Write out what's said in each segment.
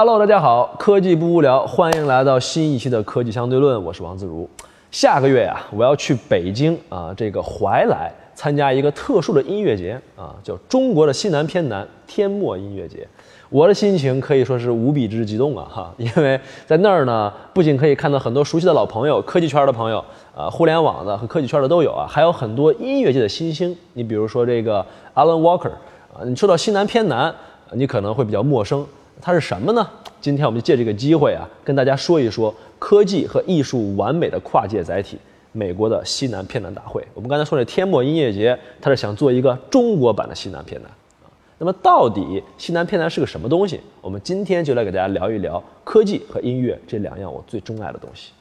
Hello， 大家好，科技不无聊，欢迎来到新一期的科技相对论，我是王自如。下个月呀，我要去北京这个怀来参加一个特殊的音乐节叫中国的西南偏南天墨音乐节。我的心情可以说是无比之激动因为在那儿呢，不仅可以看到很多熟悉的老朋友，科技圈的朋友，互联网的和科技圈的都有还有很多音乐界的新星。你比如说这个 Alan Walker，你说到西南偏南，你可能会比较陌生，它是什么呢？今天我们就借这个机会跟大家说一说科技和艺术完美的跨界载体——美国的西南偏南大会。我们刚才说的天墨音乐节，它是想做一个中国版的西南偏南。那么到底西南偏南是个什么东西？我们今天就来给大家聊一聊科技和音乐这两样我最钟爱的东西。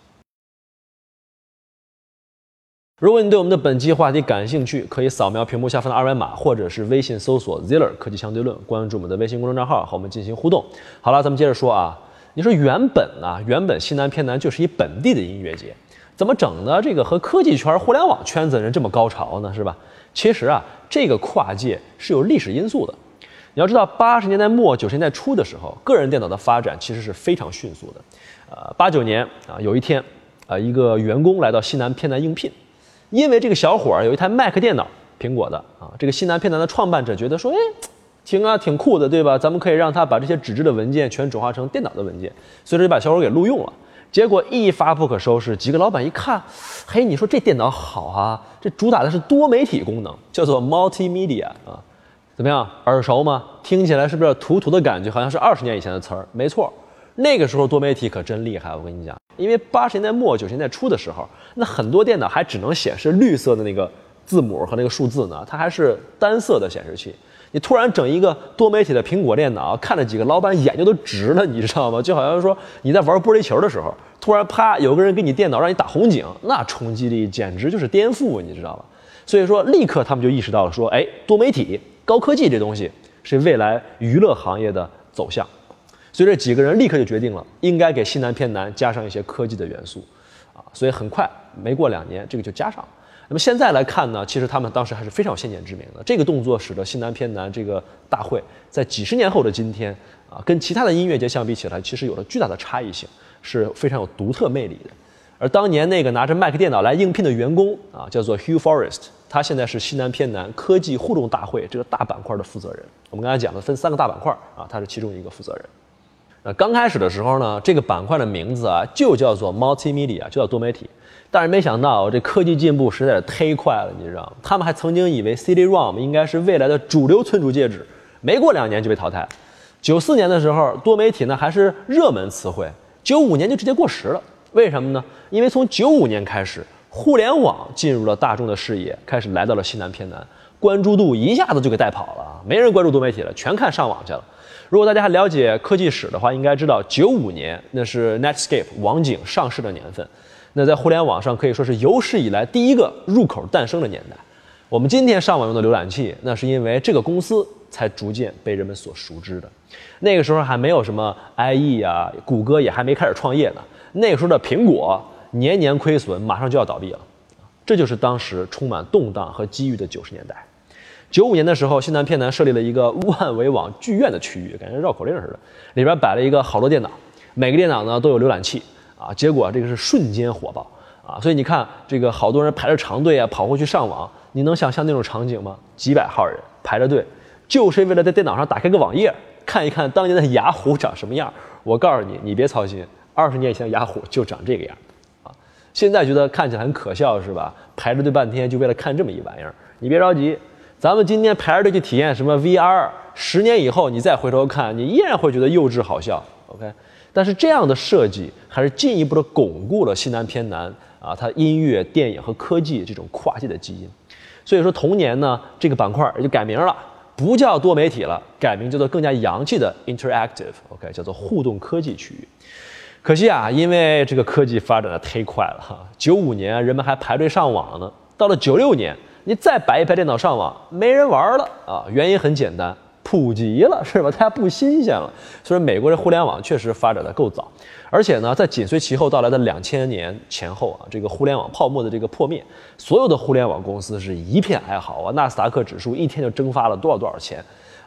如果你对我们的本期话题感兴趣，可以扫描屏幕下方的二维码，或者是微信搜索 Ziller 科技相对论，关注我们的微信公众账号，和我们进行互动。好了，咱们接着说你说原本西南偏南就是一本地的音乐节，怎么整呢？这个和科技圈、互联网圈子的人这么高潮呢，是吧？其实这个跨界是有历史因素的。你要知道，80年代末90年代初的时候，个人电脑的发展其实是非常迅速的。89年有一天一个员工来到西南偏南应聘，因为这个小伙有一台 Mac 电脑，苹果的这个西南偏南的创办者觉得说，挺酷的，对吧？咱们可以让他把这些纸质的文件全转化成电脑的文件，所以就把小伙给录用了。结果一发不可收拾，几个老板一看，嘿，你说这电脑好这主打的是多媒体功能，叫做 multimedia 怎么样，耳熟吗？听起来是不是土土的感觉，好像是20年以前的词儿？没错，那个时候多媒体可真厉害，我跟你讲，因为80年代末90年代初的时候，那很多电脑还只能显示绿色的那个字母和那个数字呢，它还是单色的显示器。你突然整一个多媒体的苹果电脑，看着几个老板眼睛都直了，你知道吗？就好像说你在玩玻璃球的时候，突然啪有个人给你电脑让你打红警，那冲击力简直就是颠覆，你知道吗？所以说立刻他们就意识到了说，多媒体高科技这东西是未来娱乐行业的走向。所以这几个人立刻就决定了应该给西南偏南加上一些科技的元素所以很快没过2年这个就加上了。那么现在来看呢，其实他们当时还是非常有先见之明的。这个动作使得西南偏南这个大会在几十年后的今天跟其他的音乐节相比起来，其实有了巨大的差异性，是非常有独特魅力的。而当年那个拿着 Mac 电脑来应聘的员工叫做 Hugh Forrest， 他现在是西南偏南科技互动大会这个大板块的负责人。我们刚才讲的分3个大板块他是其中一个负责人。刚开始的时候呢，这个板块的名字就叫做 multimedia， 就叫多媒体。但是没想到这科技进步实在是忒快了，你知道吗？他们还曾经以为 CD-ROM 应该是未来的主流存储介质，没过2年就被淘汰了。94年的时候，多媒体呢还是热门词汇，95年就直接过时了。为什么呢？因为从95年开始，互联网进入了大众的视野，开始来到了西南偏南，关注度一下子就给带跑了，没人关注多媒体了，全看上网去了。如果大家还了解科技史的话，应该知道95年那是 Netscape 网景上市的年份，那在互联网上可以说是有史以来第一个入口诞生的年代。我们今天上网用的浏览器，那是因为这个公司才逐渐被人们所熟知的。那个时候还没有什么 IE 谷歌也还没开始创业呢。那个时候的苹果年年亏损，马上就要倒闭了。这就是当时充满动荡和机遇的90年代。95年的时候，西南偏南设立了一个万维网剧院的区域，感觉绕口令似的，里边摆了一个好多电脑，每个电脑呢都有浏览器结果这个是瞬间火爆所以你看这个好多人排着长队跑过去上网，你能想象那种场景吗？几百号人排着队，就是为了在电脑上打开个网页，看一看当年的雅虎长什么样。我告诉你，你别操心，20年以前的雅虎就长这个样现在觉得看起来很可笑是吧？排着队半天就为了看这么一玩意儿。你别着急，咱们今天排着队去体验什么 VR，10年以后你再回头看，你依然会觉得幼稚好笑 OK。 但是这样的设计还是进一步的巩固了西南偏南它音乐、电影和科技这种跨界的基因。所以说同年呢，这个板块也就改名了，不叫多媒体了，改名叫做更加洋气的 interactive OK， 叫做互动科技区域。可惜因为这个科技发展的忒快了95年人们还排队上网呢，到了96年你再摆一排电脑上网，没人玩了原因很简单，普及了是吧？大家不新鲜了。所以美国的互联网确实发展的够早，而且呢，在紧随其后到来的2000年前后这个互联网泡沫的这个破灭，所有的互联网公司是一片哀嚎纳斯达克指数一天就蒸发了多少钱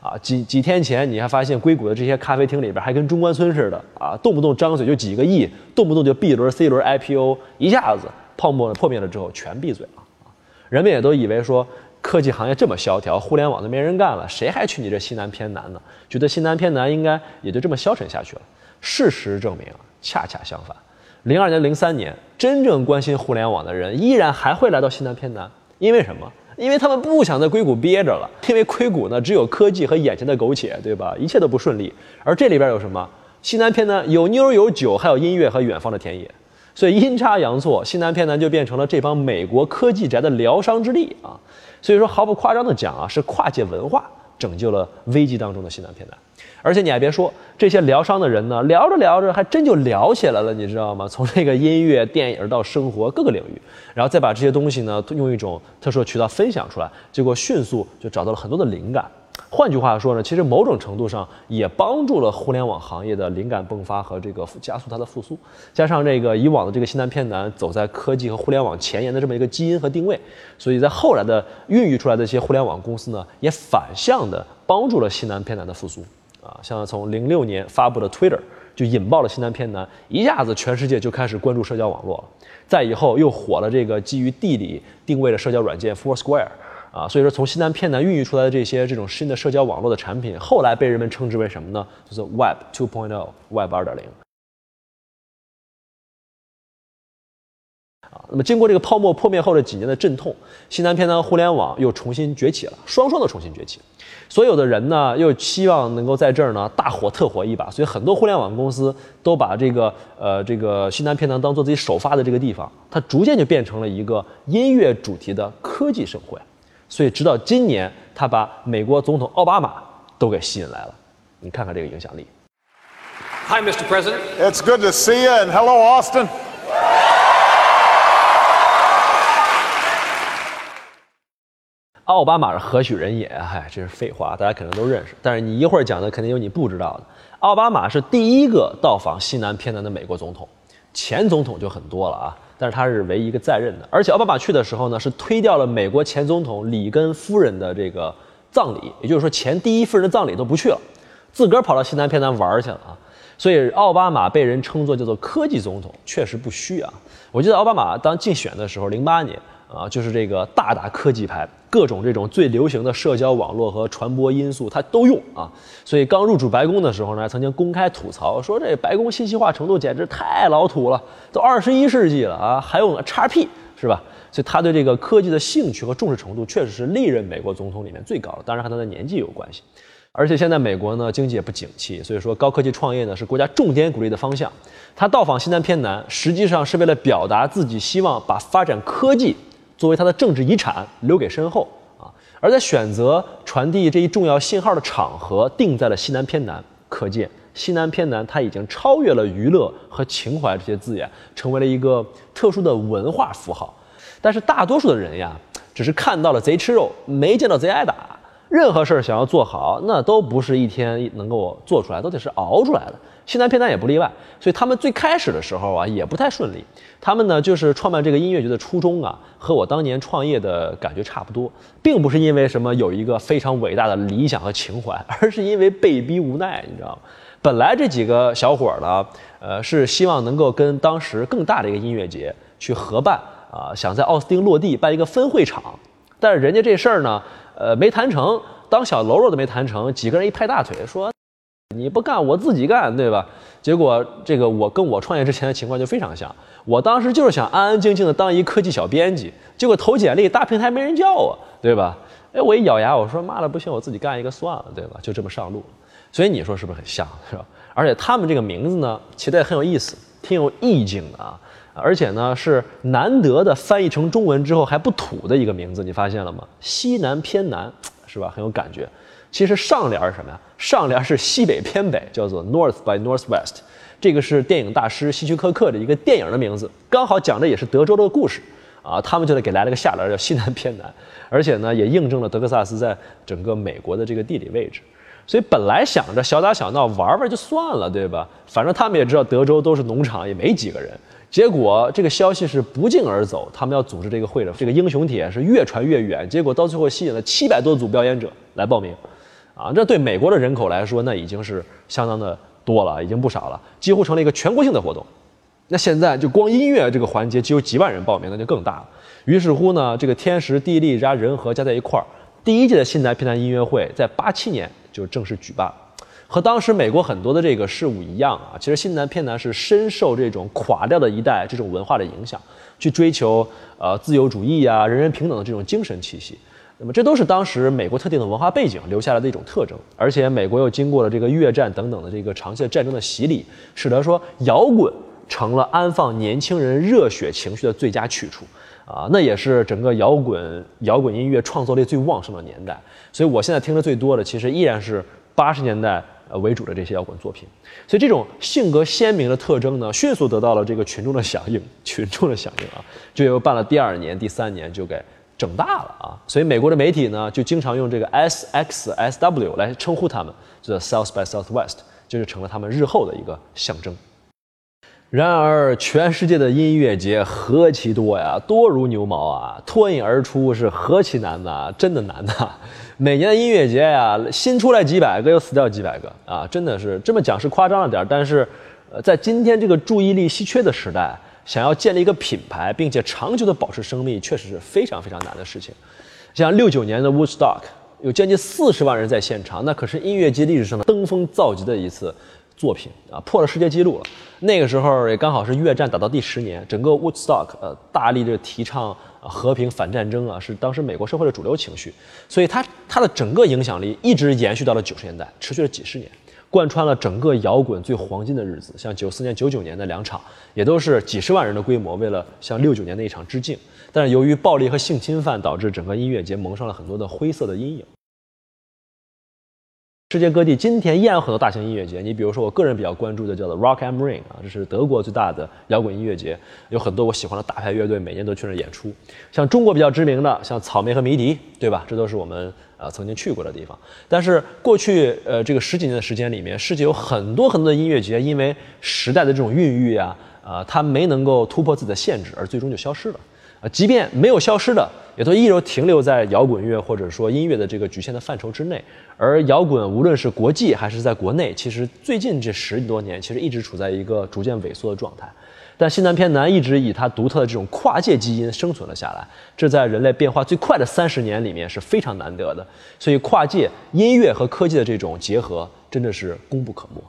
啊，几天前你还发现硅谷的这些咖啡厅里边还跟中关村似的啊，动不动张嘴就几个亿，动不动就 B 轮、C 轮 IPO， 一下子泡沫破灭了之后全闭嘴了。人们也都以为说科技行业这么萧条，互联网都没人干了，谁还去你这西南偏南呢？觉得西南偏南应该也就这么消沉下去了。事实证明恰恰相反。02年、03年，真正关心互联网的人依然还会来到西南偏南，因为什么？因为他们不想在硅谷憋着了，因为硅谷呢只有科技和眼前的苟且，对吧？一切都不顺利。而这里边有什么？西南偏南有妞有酒，还有音乐和远方的田野。所以阴差阳错，西南偏南就变成了这帮美国科技宅的疗伤之地啊！所以说毫不夸张的讲啊，是跨界文化拯救了危机当中的西南偏南。而且你还别说，这些疗伤的人呢，聊着聊着还真就聊起来了，你知道吗？从这个音乐、电影到生活各个领域，然后再把这些东西呢，用一种特殊的渠道分享出来，结果迅速就找到了很多的灵感。换句话说呢，其实某种程度上也帮助了互联网行业的灵感迸发和这个加速它的复苏。加上这个以往的这个西南偏南走在科技和互联网前沿的这么一个基因和定位，所以在后来的孕育出来的这些互联网公司呢，也反向的帮助了西南偏南的复苏。啊，像从06年发布的 Twitter 就引爆了西南偏南，一下子全世界就开始关注社交网络了。再以后又火了这个基于地理定位的社交软件 Foursquare。啊，所以说从西南偏南孕育出来的这种新的社交网络的产品，后来被人们称之为什么呢？就是 Web 2.0、Web 2.0。那么经过这个泡沫破灭后的几年的阵痛，西南偏南互联网又重新崛起了，双双的重新崛起。所有的人呢，又希望能够在这儿呢大火特火一把，所以很多互联网公司都把这个西南偏南当做自己首发的这个地方，它逐渐就变成了一个音乐主题的科技盛会。所以直到今年，他把美国总统奥巴马都给吸引来了。你看看这个影响力。 Hi, Mr. President. It's good to see you, and hello, Austin. 奥巴马是何许人也？嗨，这是废话，大家可能都认识。但是你一会儿讲的肯定有你不知道的。奥巴马是第一个到访西南偏南的美国总统，前总统就很多了啊，但是他是唯一一个在任的。而且奥巴马去的时候呢，是推掉了美国前总统里根夫人的这个葬礼，也就是说前第一夫人的葬礼都不去了，自个儿跑到西南偏南玩去了啊。所以奥巴马被人称作叫做科技总统，确实不虚啊。我记得奥巴马当竞选的时候，08年啊，就是这个大打科技牌，各种这种最流行的社交网络和传播因素他都用啊。所以刚入主白宫的时候呢，曾经公开吐槽说这白宫信息化程度简直太老土了，都21世纪了啊，还用XP是吧？所以他对这个科技的兴趣和重视程度确实是历任美国总统里面最高的，当然和他的年纪有关系。而且现在美国呢经济也不景气，所以说高科技创业呢是国家重点鼓励的方向。他到访西南偏南，实际上是为了表达自己希望把发展科技作为他的政治遗产留给身后啊。而在选择传递这一重要信号的场合定在了西南偏南，可见西南偏南它已经超越了娱乐和情怀这些字眼，成为了一个特殊的文化符号。但是大多数的人呀，只是看到了贼吃肉，没见到贼挨打。任何事儿想要做好，那都不是一天能够做出来，都得是熬出来的。西南偏南也不例外，所以他们最开始的时候啊，也不太顺利。他们呢，就是创办这个音乐节的初衷啊，和我当年创业的感觉差不多，并不是因为什么有一个非常伟大的理想和情怀，而是因为被逼无奈，你知道吗？本来这几个小伙呢，是希望能够跟当时更大的一个音乐节去合办啊，想在奥斯汀落地办一个分会场，但是人家这事儿呢，没谈成，当小喽啰都没谈成，几个人一拍大腿说你不干我自己干，对吧？结果这个我跟我创业之前的情况就非常像，我当时就是想安安静静的当一科技小编辑，结果投简历大平台没人叫我，对吧？哎，我一咬牙我说妈了不行，我自己干一个算了，对吧？就这么上路。所以你说是不是很像，是吧？而且他们这个名字呢，起得也很有意思，挺有意境的啊。而且呢，是难得的翻译成中文之后还不土的一个名字，你发现了吗？西南偏南，是吧？很有感觉。其实上联是什么呀？上联是西北偏北，叫做 North by Northwest。这个是电影大师希区柯克的一个电影的名字，刚好讲的也是德州的故事啊。他们就给来了个下联，叫西南偏南。而且呢，也印证了德克萨斯在整个美国的这个地理位置。所以本来想着小打小闹玩玩就算了，对吧？反正他们也知道德州都是农场，也没几个人。结果这个消息是不胫而走，他们要组织这个会的这个英雄帖是越传越远，结果到最后吸引了700多组表演者来报名， 啊，这对美国的人口来说，那已经是相当的多了，已经不少了，几乎成了一个全国性的活动。那现在就光音乐这个环节就有几万人报名，那就更大了。于是乎呢，这个天时地利加人和加在一块儿，第一届的新南偏南音乐会在87年就正式举办了。和当时美国很多的这个事物一样啊，其实新南偏南是深受这种垮掉的一代这种文化的影响，去追求自由主义啊、人人平等的这种精神气息。那么这都是当时美国特定的文化背景留下来的一种特征，而且美国又经过了这个越战等等的这个长期的战争的洗礼，使得说摇滚成了安放年轻人热血情绪的最佳去处啊，那也是整个摇滚音乐创作力最旺盛的年代。所以我现在听的最多的，其实依然是80年代为主的这些摇滚作品。所以这种性格鲜明的特征呢，迅速得到了这个群众的响应啊，就又办了第2年、第3年就给整大了啊。所以美国的媒体呢，就经常用这个 SXSW 来称呼他们，就是 South by Southwest， 这就成了他们日后的一个象征。然而，全世界的音乐节何其多呀，多如牛毛啊！脱颖而出是何其难呐，真的难呐！每年的音乐节呀，新出来几百个，又死掉几百个啊！真的是这么讲是夸张了点，但是，在今天这个注意力稀缺的时代，想要建立一个品牌，并且长久的保持生命，确实是非常非常难的事情。像69年的 Woodstock， 有将近40万人在现场，那可是音乐节历史上的登峰造极的一次作品啊，破了世界纪录了。那个时候也刚好是越战打到第10年，整个 Woodstock 大力的提倡和平反战争啊，是当时美国社会的主流情绪，所以它的整个影响力一直延续到了90年代，持续了几十年，贯穿了整个摇滚最黄金的日子。像94年、99年的2场，也都是几十万人的规模，为了向69年的一场致敬。但是由于暴力和性侵犯，导致整个音乐节蒙上了很多的灰色的阴影。世界各地今天依然有很多大型音乐节，你比如说我个人比较关注的叫做 Rock am Ring 啊，这是德国最大的摇滚音乐节，有很多我喜欢的大牌乐队每年都去那演出。像中国比较知名的，像草莓和迷笛，对吧？这都是我们曾经去过的地方。但是过去这个10几年的时间里面，世界有很多的音乐节，因为时代的这种孕育啊，它没能够突破自己的限制，而最终就消失了。即便没有消失的，也都一直停留在摇滚乐或者说音乐的这个局限的范畴之内。而摇滚无论是国际还是在国内，其实最近这10多年其实一直处在一个逐渐萎缩的状态。但新南偏南一直以它独特的这种跨界基因生存了下来，这在人类变化最快的30年里面是非常难得的。所以跨界音乐和科技的这种结合真的是功不可没。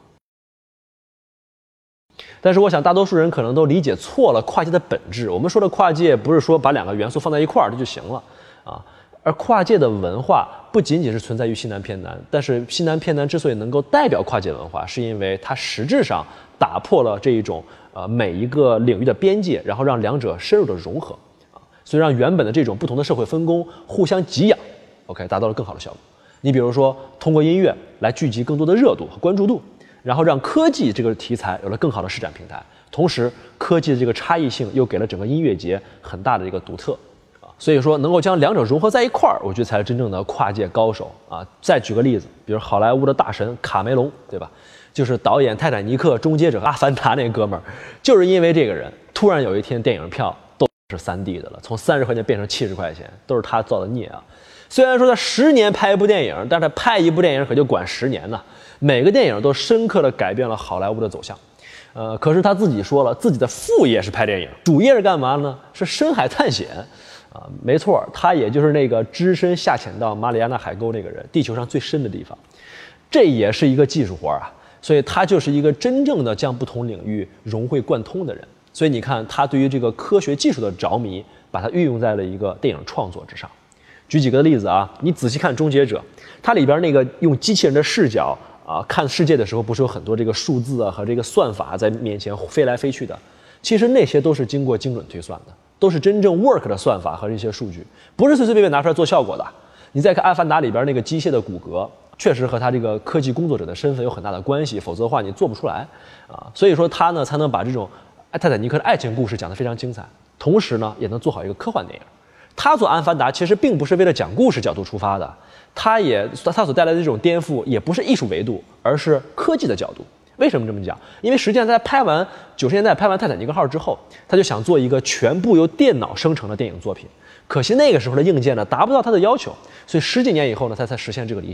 但是我想大多数人可能都理解错了跨界的本质。我们说的跨界不是说把2个元素放在一块儿就行了啊，而跨界的文化不仅仅是存在于西南偏南，但是西南偏南之所以能够代表跨界文化，是因为它实质上打破了这一种每一个领域的边界，然后让两者深入的融合啊，所以让原本的这种不同的社会分工互相给养 ，OK， 达到了更好的效果。你比如说通过音乐来聚集更多的热度和关注度，然后让科技这个题材有了更好的施展平台，同时科技的这个差异性又给了整个音乐节很大的一个独特啊，所以说能够将两者融合在一块儿，我觉得才是真正的跨界高手啊。再举个例子，比如好莱坞的大神卡梅隆，对吧？就是导演《泰坦尼克》《终结者》和《阿凡达》那哥们儿，就是因为这个人，突然有一天电影票都是3D 的了，从30块钱变成70块钱，都是他造的孽啊。虽然说他10年拍一部电影，但是他拍一部电影可就管10年呢。每个电影都深刻地改变了好莱坞的走向，可是他自己说了，自己的副业是拍电影，主业是干嘛呢？是深海探险，啊，没错，他也就是那个只身下潜到马里亚纳海沟那个人，地球上最深的地方，这也是一个技术活啊，所以他就是一个真正的将不同领域融会贯通的人。所以你看，他对于这个科学技术的着迷，把它运用在了一个电影创作之上。举几个例子啊，你仔细看《终结者》，它里边那个用机器人的视角啊，看世界的时候，不是有很多这个数字啊和这个算法在面前飞来飞去的？其实那些都是经过精准推算的，都是真正 work 的算法和这些数据，不是随随便便拿出来做效果的。你再看《阿凡达》里边那个机械的骨骼，确实和他这个科技工作者的身份有很大的关系，否则的话你做不出来啊。所以说他呢才能把这种泰坦尼克的爱情故事讲得非常精彩，同时呢也能做好一个科幻电影。他做《阿凡达》其实并不是为了讲故事角度出发的，他所带来的这种颠覆也不是艺术维度，而是科技的角度。为什么这么讲？因为实际上在拍完90年代拍完《泰坦尼克号》之后，他就想做一个全部由电脑生成的电影作品。可惜那个时候的硬件呢达不到他的要求，所以10几年以后呢他才实现这个理想。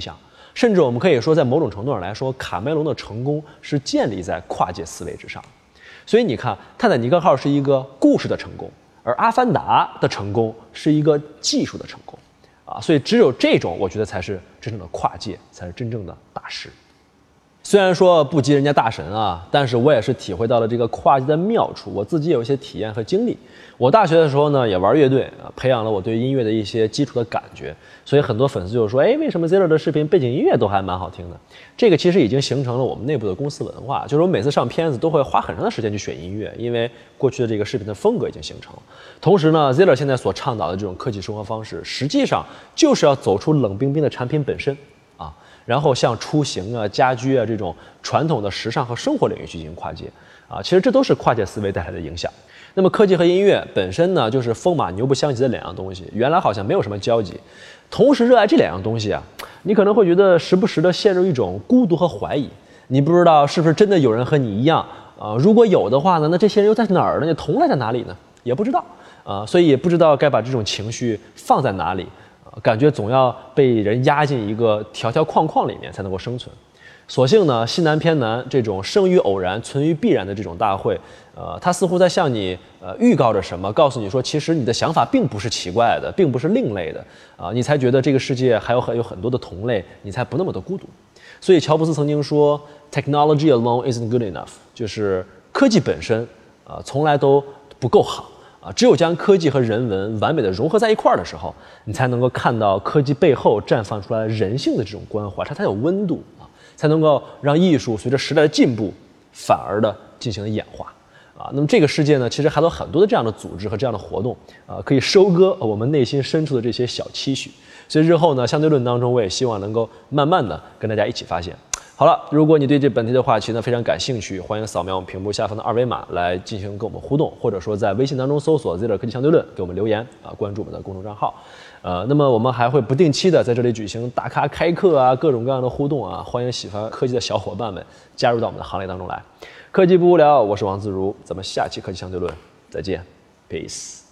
甚至我们可以说，在某种程度上来说，卡梅隆的成功是建立在跨界思维之上。所以你看，泰坦尼克号是一个故事的成功，而阿凡达的成功是一个技术的成功，所以只有这种，我觉得才是真正的跨界，才是真正的大师。虽然说不及人家大神啊，但是我也是体会到了这个跨界的妙处，我自己有一些体验和经历。我大学的时候呢，也玩乐队啊，培养了我对音乐的一些基础的感觉。所以很多粉丝就说，为什么 Ziller 的视频背景音乐都还蛮好听的？这个其实已经形成了我们内部的公司文化，就是我每次上片子都会花很长的时间去选音乐，因为过去的这个视频的风格已经形成了。同时呢 ，Ziller 现在所倡导的这种科技生活方式，实际上就是要走出冷冰冰的产品本身啊。然后像出行啊、家居啊这种传统的时尚和生活领域去进行跨界啊，其实这都是跨界思维带来的影响。那么科技和音乐本身呢，就是风马牛不相及的两样东西，原来好像没有什么交集，同时热爱这两样东西啊，你可能会觉得时不时的陷入一种孤独和怀疑，你不知道是不是真的有人和你一样啊？如果有的话呢，那这些人又在哪儿呢？你同类在哪里呢？也不知道啊，所以也不知道该把这种情绪放在哪里。感觉总要被人压进一个条条框框里面才能够生存。所幸呢，西南偏南这种生于偶然、存于必然的这种大会，它似乎在向你预告着什么，告诉你说，其实你的想法并不是奇怪的，并不是另类的啊，你才觉得这个世界还有很多的同类，你才不那么的孤独。所以乔布斯曾经说 ，Technology alone isn't good enough， 就是科技本身从来都不够好。只有将科技和人文完美的融合在一块儿的时候，你才能够看到科技背后绽放出来人性的这种关怀，它才有温度啊，才能够让艺术随着时代的进步，反而的进行了演化啊。那么这个世界呢，其实还有很多的这样的组织和这样的活动啊，可以收割我们内心深处的这些小期许。所以日后呢，相对论当中，我也希望能够慢慢的跟大家一起发现。好了，如果你对这本题的话题呢非常感兴趣，欢迎扫描我们屏幕下方的二维码来进行跟我们互动，或者说在微信当中搜索 Ziller 科技相对论，给我们留言啊，关注我们的公众账号。那么我们还会不定期的在这里举行大咖开课啊，各种各样的互动啊，欢迎喜欢科技的小伙伴们加入到我们的行列当中来。科技不无聊，我是王自如，咱们下期科技相对论再见 ，peace。